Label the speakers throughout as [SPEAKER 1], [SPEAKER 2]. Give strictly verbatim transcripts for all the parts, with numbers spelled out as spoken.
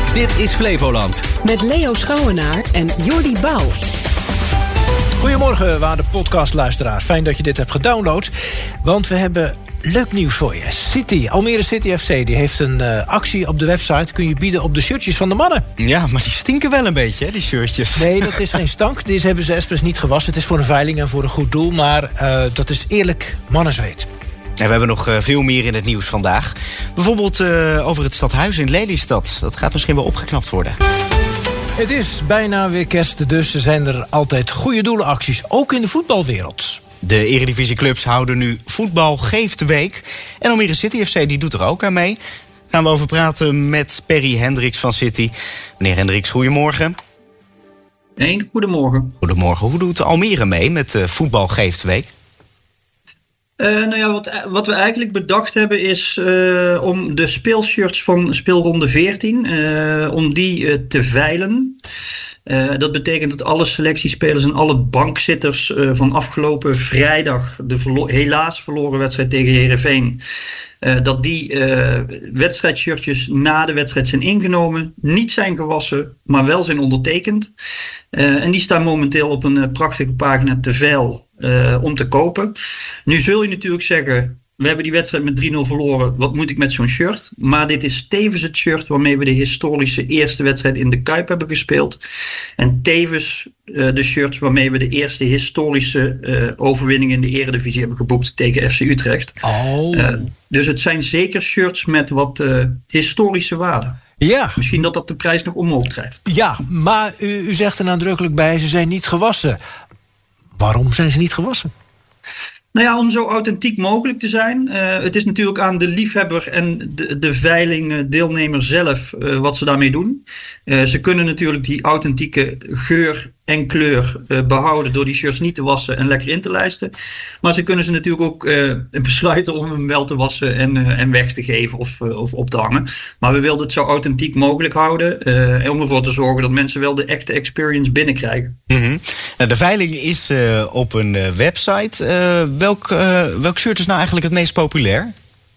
[SPEAKER 1] Dit is Flevoland.
[SPEAKER 2] Met Leo Schouwenaar en Jordi Bouw.
[SPEAKER 3] Goedemorgen, waarde podcastluisteraar. Fijn dat je dit hebt gedownload. Want we hebben leuk nieuws voor je. City, Almere City F C, die heeft een uh, actie op de website. Kun je bieden op de shirtjes van de mannen.
[SPEAKER 4] Ja, maar die stinken wel een beetje, hè, die shirtjes.
[SPEAKER 3] Nee, dat is geen stank. Deze hebben ze expres niet gewassen. Het is voor een veiling en voor een goed doel. Maar uh, dat is eerlijk mannenzweet.
[SPEAKER 4] En we hebben nog uh, veel meer in het nieuws vandaag. Bijvoorbeeld uh, over het stadhuis in Lelystad. Dat gaat misschien wel opgeknapt worden.
[SPEAKER 3] Het is bijna weer kerst, dus zijn er altijd goede doelenacties. Ook in de voetbalwereld.
[SPEAKER 4] De eredivisieclubs houden nu Voetbal Geeft Week. En Almere City F C die doet er ook aan mee. Daar gaan we over praten met Perry Hendricks van City. Meneer Hendricks, goedemorgen.
[SPEAKER 5] Een goedemorgen.
[SPEAKER 4] Goedemorgen. Hoe doet Almere mee met uh, Voetbal Geeft Week?
[SPEAKER 5] Uh, nou ja, wat, wat we eigenlijk bedacht hebben is uh, om de speelshirts van speelronde veertien, uh, om die uh, te veilen. Uh, dat betekent dat alle selectiespelers en alle bankzitters uh, van afgelopen vrijdag, de verlo- helaas verloren wedstrijd tegen Heerenveen, uh, dat die uh, wedstrijdshirtjes na de wedstrijd zijn ingenomen, niet zijn gewassen, maar wel zijn ondertekend. Uh, en die staan momenteel op een uh, prachtige pagina te veil uh, om te kopen. Nu zul je natuurlijk zeggen, we hebben die wedstrijd met drie nul verloren. Wat moet ik met zo'n shirt? Maar dit is tevens het shirt waarmee we de historische eerste wedstrijd in de Kuip hebben gespeeld. En tevens uh, de shirts waarmee we de eerste historische uh, overwinning in de Eredivisie hebben geboekt tegen F C Utrecht.
[SPEAKER 3] Oh.
[SPEAKER 5] Uh, dus het zijn zeker shirts met wat uh, historische waarde.
[SPEAKER 3] Ja.
[SPEAKER 5] Misschien dat dat de prijs nog omhoog drijft.
[SPEAKER 3] Ja, maar u, u zegt er nadrukkelijk bij, ze zijn niet gewassen. Waarom zijn ze niet gewassen?
[SPEAKER 5] Nou ja, om zo authentiek mogelijk te zijn. Uh, het is natuurlijk aan de liefhebber en de, de veilingdeelnemer zelf uh, wat ze daarmee doen. Uh, ze kunnen natuurlijk die authentieke geur en kleur uh, behouden door die shirts niet te wassen en lekker in te lijsten. Maar ze kunnen ze natuurlijk ook uh, besluiten om hem wel te wassen en, uh, en weg te geven of, uh, of op te hangen. Maar we wilden het zo authentiek mogelijk houden. Uh, en om ervoor te zorgen dat mensen wel de echte experience binnenkrijgen.
[SPEAKER 4] Mm-hmm. Nou, de veiling is uh, op een uh, website. Uh, welk, uh, welk shirt is nou eigenlijk het meest populair?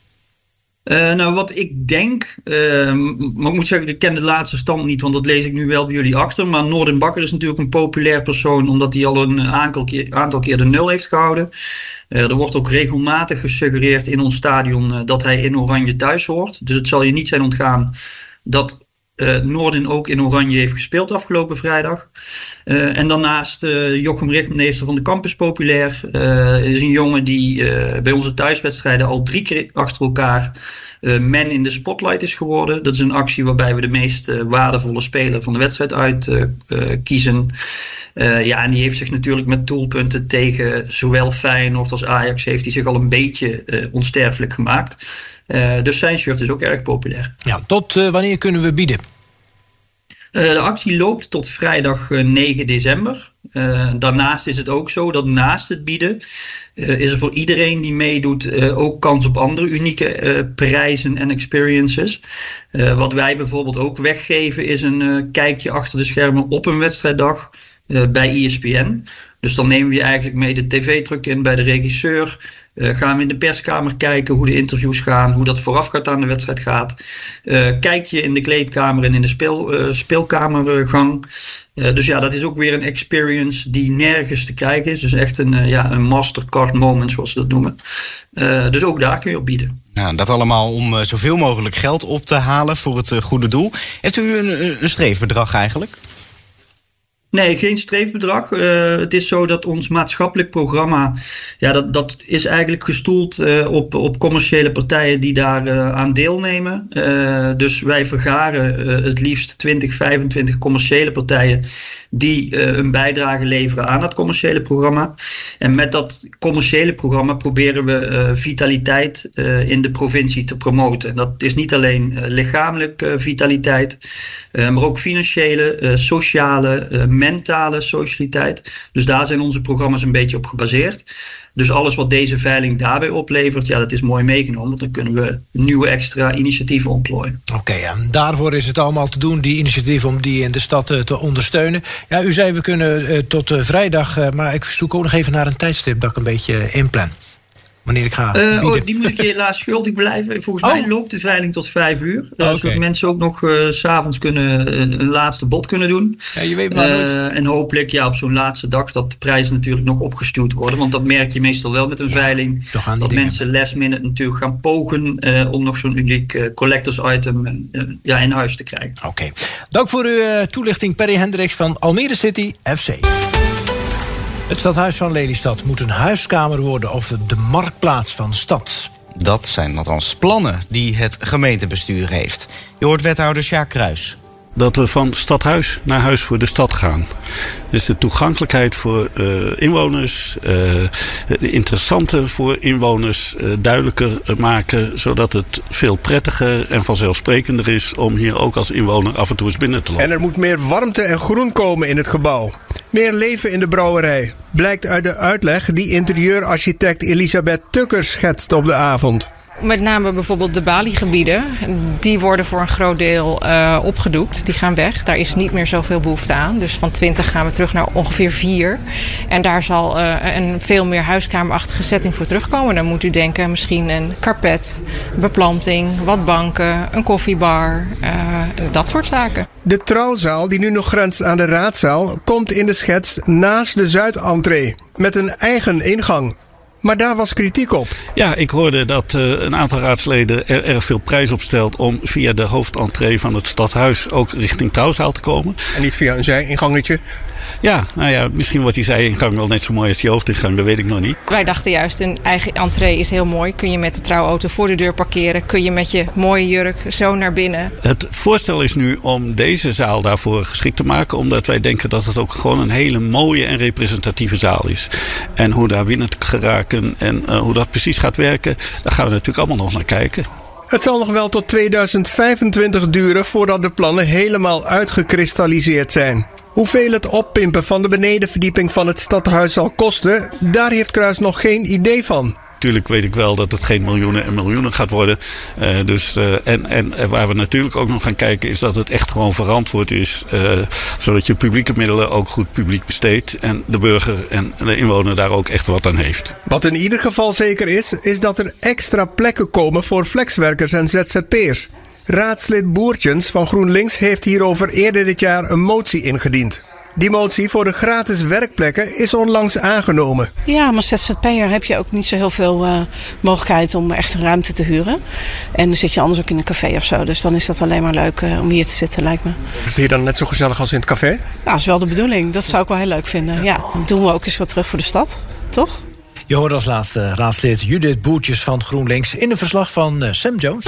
[SPEAKER 5] Uh, nou, wat ik denk, uh, maar ik moet zeggen, ik ken de laatste stand niet, want dat lees ik nu wel bij jullie achter. Maar Noordin Bakker is natuurlijk een populair persoon, omdat hij al een aantal keer, aantal keer de nul heeft gehouden. Uh, er wordt ook regelmatig gesuggereerd in ons stadion uh, dat hij in oranje thuis hoort. Dus het zal je niet zijn ontgaan dat Uh, Noordin ook in oranje heeft gespeeld afgelopen vrijdag. Uh, en daarnaast uh, Jochem Richtmeester van de Kamp is populair. Uh, is een jongen die uh, bij onze thuiswedstrijden al drie keer achter elkaar uh, man in de spotlight is geworden. Dat is een actie waarbij we de meest uh, waardevolle speler van de wedstrijd uit uh, uh, kiezen. Uh, ja, en die heeft zich natuurlijk met doelpunten tegen zowel Feyenoord als Ajax heeft hij zich al een beetje uh, onsterfelijk gemaakt. Uh, dus zijn shirt is ook erg populair.
[SPEAKER 3] Ja, tot uh, wanneer kunnen we bieden?
[SPEAKER 5] Uh, de actie loopt tot vrijdag uh, negen december. Uh, daarnaast is het ook zo dat naast het bieden uh, is er voor iedereen die meedoet uh, ook kans op andere unieke uh, prijzen en experiences. Uh, wat wij bijvoorbeeld ook weggeven is een uh, kijkje achter de schermen op een wedstrijddag uh, bij E S P N. Dus dan nemen we je eigenlijk mee de tv-truck in bij de regisseur. Uh, gaan we in de perskamer kijken hoe de interviews gaan, hoe dat voorafgaand aan de wedstrijd gaat. Uh, kijk je in de kleedkamer en in de speel, uh, speelkamergang. Uh, dus ja, dat is ook weer een experience die nergens te krijgen is. Dus echt een, uh, ja, een mastercard moment, zoals ze dat noemen. Uh, dus ook daar kun je op bieden.
[SPEAKER 4] Nou, dat allemaal om uh, zoveel mogelijk geld op te halen voor het uh, goede doel. Heeft u een, een streefbedrag eigenlijk?
[SPEAKER 5] Nee, geen streefbedrag. Uh, het is zo dat ons maatschappelijk programma, ja, dat, dat is eigenlijk gestoeld uh, op, op commerciële partijen die daar uh, aan deelnemen. Uh, dus wij vergaren uh, het liefst twintig, vijfentwintig commerciële partijen die uh, een bijdrage leveren aan dat commerciële programma. En met dat commerciële programma proberen we uh, vitaliteit uh, in de provincie te promoten. En dat is niet alleen uh, lichamelijk uh, vitaliteit, uh, maar ook financiële, uh, sociale, uh, mentale socialiteit. Dus daar zijn onze programma's een beetje op gebaseerd. Dus alles wat deze veiling daarbij oplevert, ja, dat is mooi meegenomen. Want dan kunnen we nieuwe extra initiatieven ontplooien.
[SPEAKER 3] Oké, okay, ja, daarvoor is het allemaal te doen, die initiatieven, om die in de stad uh, te ondersteunen. Ja, u zei we kunnen uh, tot uh, vrijdag, uh, maar ik zoek ook nog even naar een tijdstip dat ik een beetje uh, inplan. wanneer ik ga
[SPEAKER 5] uh,
[SPEAKER 3] bieden?
[SPEAKER 5] Oh, die moet ik helaas schuldig blijven. Volgens
[SPEAKER 3] oh.
[SPEAKER 5] mij loopt de veiling tot vijf uur. Uh,
[SPEAKER 3] okay.
[SPEAKER 5] Zodat mensen ook nog uh, 's avonds kunnen, uh, een laatste bod kunnen doen.
[SPEAKER 3] Ja, je weet maar nooit.
[SPEAKER 5] Uh, en hopelijk ja, op zo'n laatste dag dat de prijzen natuurlijk nog opgestuurd worden. Want dat merk je meestal wel met een ja, veiling. Dat dingen. mensen last minute natuurlijk gaan pogen uh, om nog zo'n uniek uh, collectors item uh, ja, in huis te krijgen.
[SPEAKER 3] Oké. Okay. Dank voor uw uh, toelichting, Perry Hendricks van Almere City F C. Het stadhuis van Lelystad moet een huiskamer worden of de marktplaats van de stad.
[SPEAKER 4] Dat zijn althans plannen die het gemeentebestuur heeft. Je hoort wethouder Sjaak Kruis.
[SPEAKER 1] Dat we van stadhuis naar huis voor de stad gaan. Dus de toegankelijkheid voor uh, inwoners, uh, de interessante voor inwoners uh, duidelijker maken, zodat het veel prettiger en vanzelfsprekender is om hier ook als inwoner af en toe eens binnen te lopen.
[SPEAKER 6] En er moet meer warmte en groen komen in het gebouw. Meer leven in de brouwerij, blijkt uit de uitleg die interieurarchitect Elisabeth Tukker schetst op de avond.
[SPEAKER 7] Met name bijvoorbeeld de Bali-gebieden, die worden voor een groot deel uh, opgedoekt. Die gaan weg, daar is niet meer zoveel behoefte aan. Dus van twintig gaan we terug naar ongeveer vier. En daar zal uh, een veel meer huiskamerachtige setting voor terugkomen. Dan moet u denken misschien een karpet, beplanting, wat banken, een koffiebar, uh, dat soort zaken.
[SPEAKER 6] De trouwzaal, die nu nog grenst aan de raadzaal, komt in de schets naast de Zuidentree met een eigen ingang. Maar daar was kritiek op.
[SPEAKER 1] Ja, ik hoorde dat uh, een aantal raadsleden er erg veel prijs op stelt om via de hoofdentree van het stadhuis ook richting trouwzaal te komen.
[SPEAKER 6] En niet via een zijingangetje?
[SPEAKER 1] Ja, nou ja, misschien wordt die zijingang wel net zo mooi als die hoofdingang, dat weet ik nog niet.
[SPEAKER 7] Wij dachten juist, een eigen entree is heel mooi. Kun je met de trouwauto voor de deur parkeren. Kun je met je mooie jurk zo naar binnen.
[SPEAKER 1] Het voorstel is nu om deze zaal daarvoor geschikt te maken. Omdat wij denken dat het ook gewoon een hele mooie en representatieve zaal is. En hoe daar binnen te geraken en uh, hoe dat precies gaat werken, daar gaan we natuurlijk allemaal nog naar kijken.
[SPEAKER 6] Het zal nog wel tot tweeduizend vijfentwintig duren voordat de plannen helemaal uitgekristalliseerd zijn. Hoeveel het oppimpen van de benedenverdieping van het stadhuis zal kosten, daar heeft Kruis nog geen idee van.
[SPEAKER 1] Natuurlijk weet ik wel dat het geen miljoenen en miljoenen gaat worden. Uh, dus, uh, en, en waar we natuurlijk ook nog gaan kijken is dat het echt gewoon verantwoord is. Uh, zodat je publieke middelen ook goed publiek besteedt. En de burger en de inwoner daar ook echt wat aan heeft.
[SPEAKER 6] Wat in ieder geval zeker is, is dat er extra plekken komen voor flexwerkers en Z Z P'ers. Raadslid Boertjens van GroenLinks heeft hierover eerder dit jaar een motie ingediend. Die motie voor de gratis werkplekken is onlangs aangenomen.
[SPEAKER 8] Ja, maar Z Z P'er heb je ook niet zo heel veel uh, mogelijkheid om echt een ruimte te huren. En dan zit je anders ook in een café of zo. Dus dan is dat alleen maar leuk uh, om hier te zitten, lijkt me.
[SPEAKER 6] Is het hier dan net zo gezellig als in het café?
[SPEAKER 8] Nou, dat is wel de bedoeling. Dat zou ik wel heel leuk vinden. Ja, dan doen we ook eens wat terug voor de stad, toch?
[SPEAKER 3] Je hoort als laatste raadslid Judith Boertjes van GroenLinks in een verslag van uh, Sam Jones.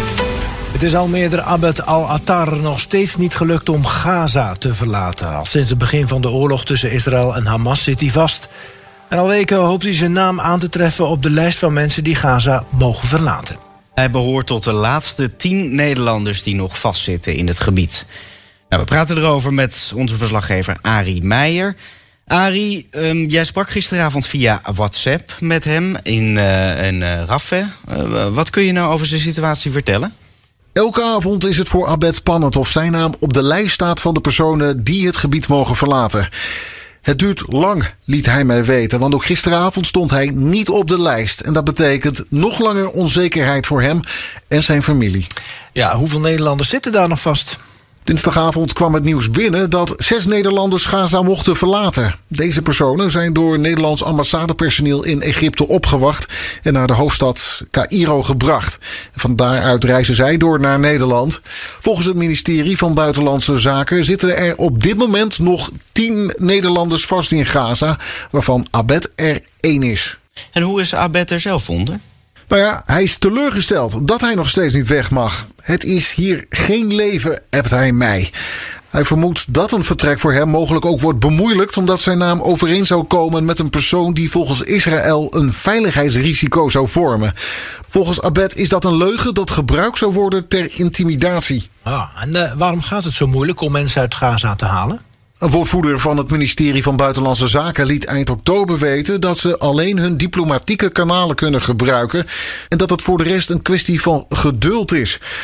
[SPEAKER 3] Het is Almeerder Abed al-Attar nog steeds niet gelukt om Gaza te verlaten. Al sinds het begin van de oorlog tussen Israël en Hamas zit hij vast. En al weken hoopt hij zijn naam aan te treffen op de lijst van mensen die Gaza mogen verlaten.
[SPEAKER 4] Hij behoort tot de laatste tien Nederlanders die nog vastzitten in het gebied. Nou, we praten erover met onze verslaggever Arie Meijer. Arie, um, jij sprak gisteravond via WhatsApp met hem in, uh, in uh, Rafah. Uh, wat kun je nou over zijn situatie vertellen?
[SPEAKER 9] Elke avond is het voor Abed spannend of zijn naam op de lijst staat van de personen die het gebied mogen verlaten. Het duurt lang, liet hij mij weten, want ook gisteravond stond hij niet op de lijst. En dat betekent nog langer onzekerheid voor hem en zijn familie.
[SPEAKER 3] Ja, hoeveel Nederlanders zitten daar nog vast?
[SPEAKER 9] Dinsdagavond kwam het nieuws binnen dat zes Nederlanders Gaza mochten verlaten. Deze personen zijn door Nederlands ambassadepersoneel in Egypte opgewacht en naar de hoofdstad Caïro gebracht. Van daaruit reizen zij door naar Nederland. Volgens het ministerie van Buitenlandse Zaken zitten er op dit moment nog tien Nederlanders vast in Gaza, waarvan Abed er één is.
[SPEAKER 4] En hoe is Abed er zelf onder?
[SPEAKER 9] Nou ja, hij is teleurgesteld dat hij nog steeds niet weg mag. Het is hier geen leven, appt hij mij. Hij vermoedt dat een vertrek voor hem mogelijk ook wordt bemoeilijkt, omdat zijn naam overeen zou komen met een persoon die volgens Israël een veiligheidsrisico zou vormen. Volgens Abed is dat een leugen dat gebruikt zou worden ter intimidatie.
[SPEAKER 3] Ah, en uh, waarom gaat het zo moeilijk om mensen uit Gaza te halen?
[SPEAKER 9] Een woordvoerder van het ministerie van Buitenlandse Zaken liet eind oktober weten dat ze alleen hun diplomatieke kanalen kunnen gebruiken en dat het voor de rest een kwestie van geduld is.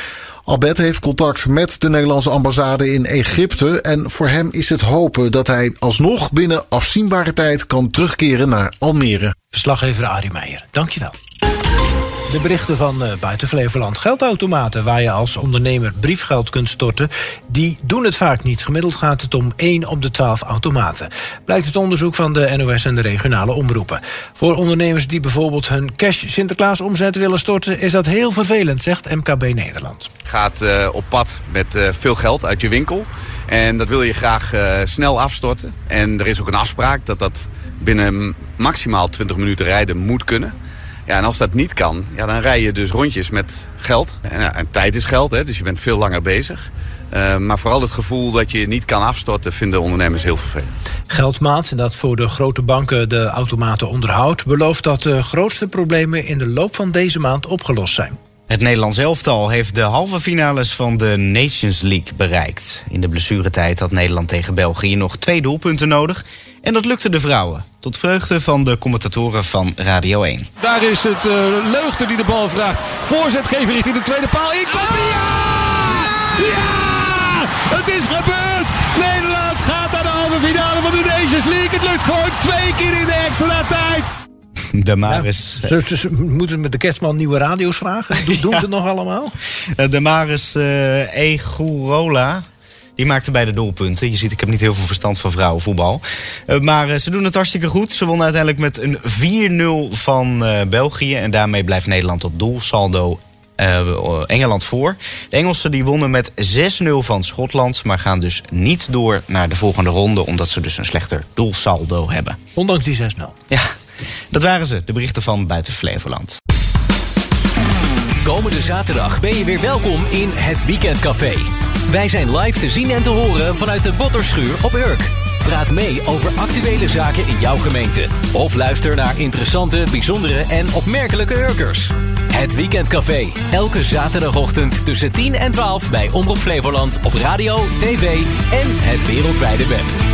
[SPEAKER 9] Albert heeft contact met de Nederlandse ambassade in Egypte. En voor hem is het hopen dat hij alsnog binnen afzienbare tijd kan terugkeren naar Almere.
[SPEAKER 3] Verslaggever Arie Meijer, dankjewel. De berichten van uh, buiten Flevoland. Geldautomaten waar je als ondernemer briefgeld kunt storten, die doen het vaak niet. Gemiddeld gaat het om één op de twaalf automaten. Blijkt het onderzoek van de N O S en de regionale omroepen. Voor ondernemers die bijvoorbeeld hun cash Sinterklaas omzet willen storten, is dat heel vervelend, zegt M K B Nederland.
[SPEAKER 10] Je gaat uh, op pad met uh, veel geld uit je winkel. En dat wil je graag uh, snel afstorten. En er is ook een afspraak dat dat binnen maximaal twintig minuten rijden moet kunnen. Ja, en als dat niet kan, ja, dan rij je dus rondjes met geld. En, ja, en tijd is geld, hè, dus je bent veel langer bezig. Uh, maar vooral het gevoel dat je niet kan afstorten vinden ondernemers heel vervelend.
[SPEAKER 3] Geldmaat, dat voor de grote banken de automaten onderhoudt, belooft dat de grootste problemen in de loop van deze maand opgelost zijn.
[SPEAKER 4] Het Nederlands elftal heeft de halve finales van de Nations League bereikt. In de blessuretijd had Nederland tegen België nog twee doelpunten nodig. En dat lukte de vrouwen. Tot vreugde van de commentatoren van Radio één.
[SPEAKER 11] Daar is het uh, Leugter die de bal vraagt. Voorzet geven richting de tweede paal. Inkomen. Ja! Ja! Het is gebeurd! Nederland gaat naar de halve finale van de Nations League. Het lukt gewoon twee keer in de extra tijd.
[SPEAKER 4] Damaris.
[SPEAKER 3] Ja, ze, ze moeten met de kerstman nieuwe radio's vragen. Doen, doen ja. ze het nog allemaal?
[SPEAKER 4] Damaris uh, Egurola. Die maakte beide doelpunten. Je ziet, ik heb niet heel veel verstand van vrouwenvoetbal. Uh, maar uh, ze doen het hartstikke goed. Ze wonnen uiteindelijk met een vier nul van uh, België. En daarmee blijft Nederland op doelsaldo uh, Engeland voor. De Engelsen die wonnen met zes nul van Schotland. Maar gaan dus niet door naar de volgende ronde. Omdat ze dus een slechter doelsaldo hebben.
[SPEAKER 3] Ondanks die zes nul.
[SPEAKER 4] Ja, dat waren ze. De berichten van buiten Flevoland.
[SPEAKER 12] Komende zaterdag ben je weer welkom in het Weekendcafé. Wij zijn live te zien en te horen vanuit de Botterschuur op Urk. Praat mee over actuele zaken in jouw gemeente. Of luister naar interessante, bijzondere en opmerkelijke Urkers. Het Weekendcafé. Elke zaterdagochtend tussen tien en twaalf bij Omroep Flevoland op radio, tv en het wereldwijde web.